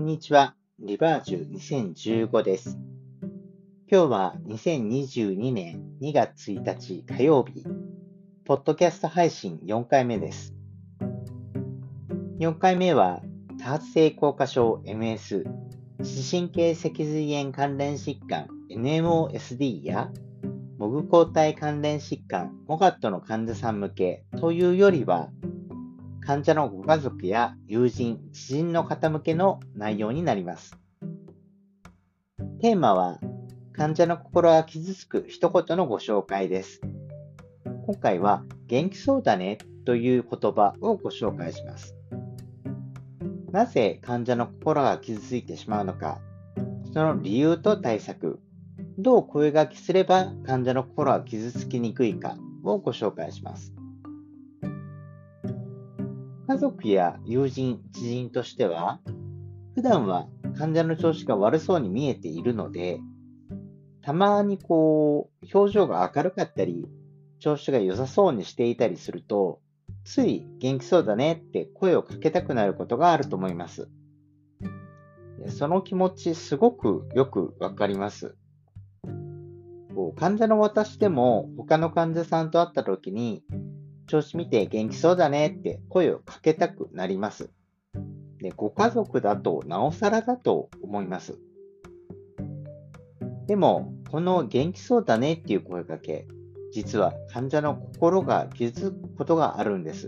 にちは。リバージュ2015です。今日は2022年2月1日火曜日。ポッドキャスト配信4回目です。4回目は多発性硬化症 MS、視神経脊髄炎関連疾患 NMOSD やモグ抗体関連疾患 MOGAT の患者さん向けというよりは、患者のご家族や友人、知人の方向けの内容になります。テーマは、患者の心が傷つく一言のご紹介です。今回は、元気そうだねという言葉をご紹介します。なぜ患者の心が傷ついてしまうのか、その理由と対策、どう声掛けすれば患者の心が傷つきにくいかをご紹介します。家族や友人、知人としては、普段は患者の調子が悪そうに見えているので、たまに表情が明るかったり、調子が良さそうにしていたりすると、つい元気そうだねって声をかけたくなることがあると思います。その気持ちすごくよくわかります。患者の私でも他の患者さんと会った時に、調子見て元気そうだねって声をかけたくなります。で、ご家族だとなおさらだと思います。でも、この元気そうだねっていう声かけ、実は患者の心が傷つくことがあるんです。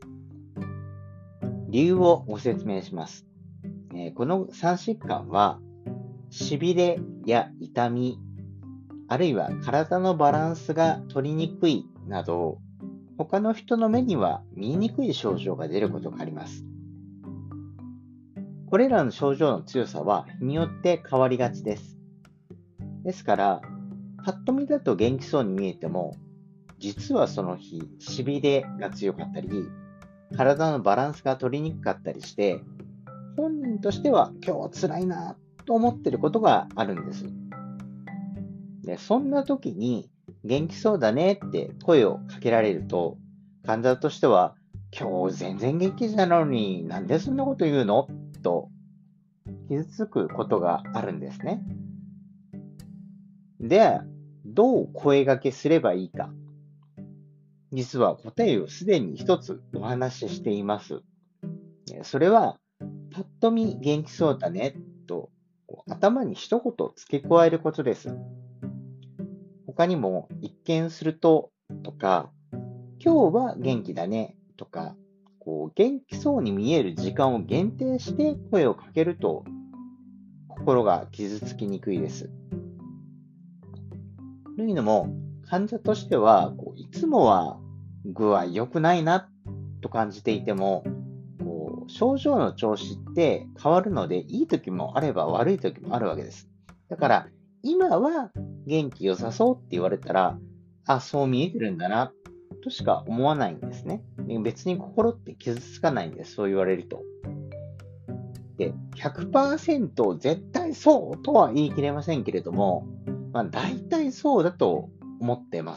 理由をご説明します。この3疾患は、しびれや痛み、あるいは体のバランスが取りにくいなど、他の人の目には見えにくい症状が出ることがあります。これらの症状の強さは日によって変わりがちです。ですから、パッと見だと元気そうに見えても、実はその日、しびれが強かったり、体のバランスが取りにくかったりして、本人としては今日は辛いなと思っていることがあるんです。で、そんな時に元気そうだねって声をかけられると、患者としては今日全然元気じゃないのになんでそんなこと言うのと傷つくことがあるんですね。で、どう声掛けすればいいか。実は答えをすでに一つお話ししています。それは、パッと見元気そうだねと頭に一言付け加えることです。他にも、一見するととか、今日は元気だねとか、元気そうに見える時間を限定して声をかけると、心が傷つきにくいです。というのも、患者としては、いつもは具合良くないなと感じていても、症状の調子って変わるので、いい時もあれば悪い時もあるわけです。だから、今は元気良さそうって言われたら、あ、そう見えてるんだな、としか思わないんですね。別に心って傷つかないんです、そう言われると。で、100% 絶対そうとは言い切れませんけれども、大体そうだと思っています。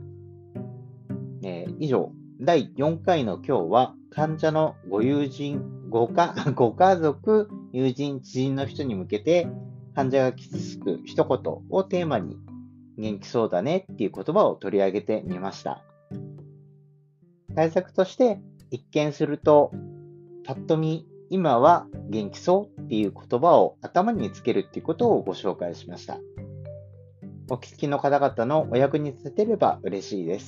以上、第4回の今日は、患者のご友人、ご家族、友人、知人の人に向けて、患者が傷つく一言をテーマに、元気そうだねっていう言葉を取り上げてみました。対策として、一見すると、パッと見、今は元気そうっていう言葉を頭につけるっていうことをご紹介しました。お聞きの方々のお役に立てれば嬉しいです。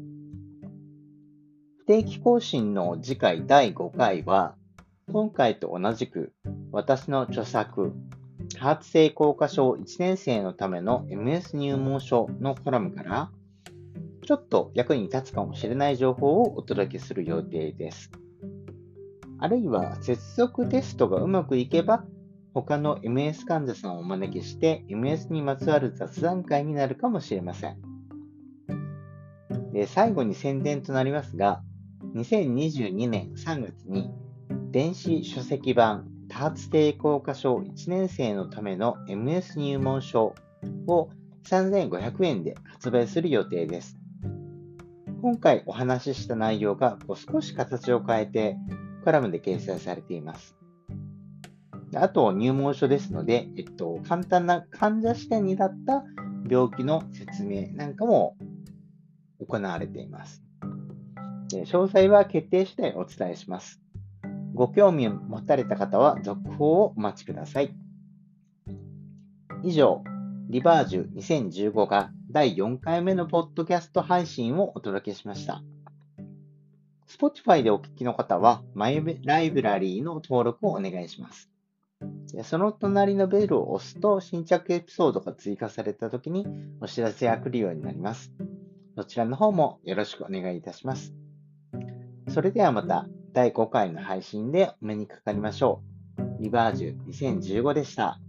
不定期更新の次回第5回は、今回と同じく私の著作、多発性硬化症1年生のための MS 入門書のコラムから、ちょっと役に立つかもしれない情報をお届けする予定です。あるいは接続テストがうまくいけば、他の MS 患者さんをお招きして MS にまつわる雑談会になるかもしれません。で、最後に宣伝となりますが、2022年3月に電子書籍版多発性硬化症1年生のための MS 入門書を3500円で発売する予定です。今回お話しした内容が少し形を変えてコラムで掲載されています。 あと入門書ですので、簡単な患者視点に立った病気の説明なんかも行われています。詳細は決定次第お伝えします。ご興味を持たれた方は続報をお待ちください。以上、リバージュ2015が第4回目のポッドキャスト配信をお届けしました。Spotify でお聞きの方は、マイライブラリーの登録をお願いします。その隣のベルを押すと、新着エピソードが追加されたときにお知らせが来るようになります。そちらの方もよろしくお願いいたします。それではまた第5回の配信でお目にかかりましょう。リバージュ2015でした。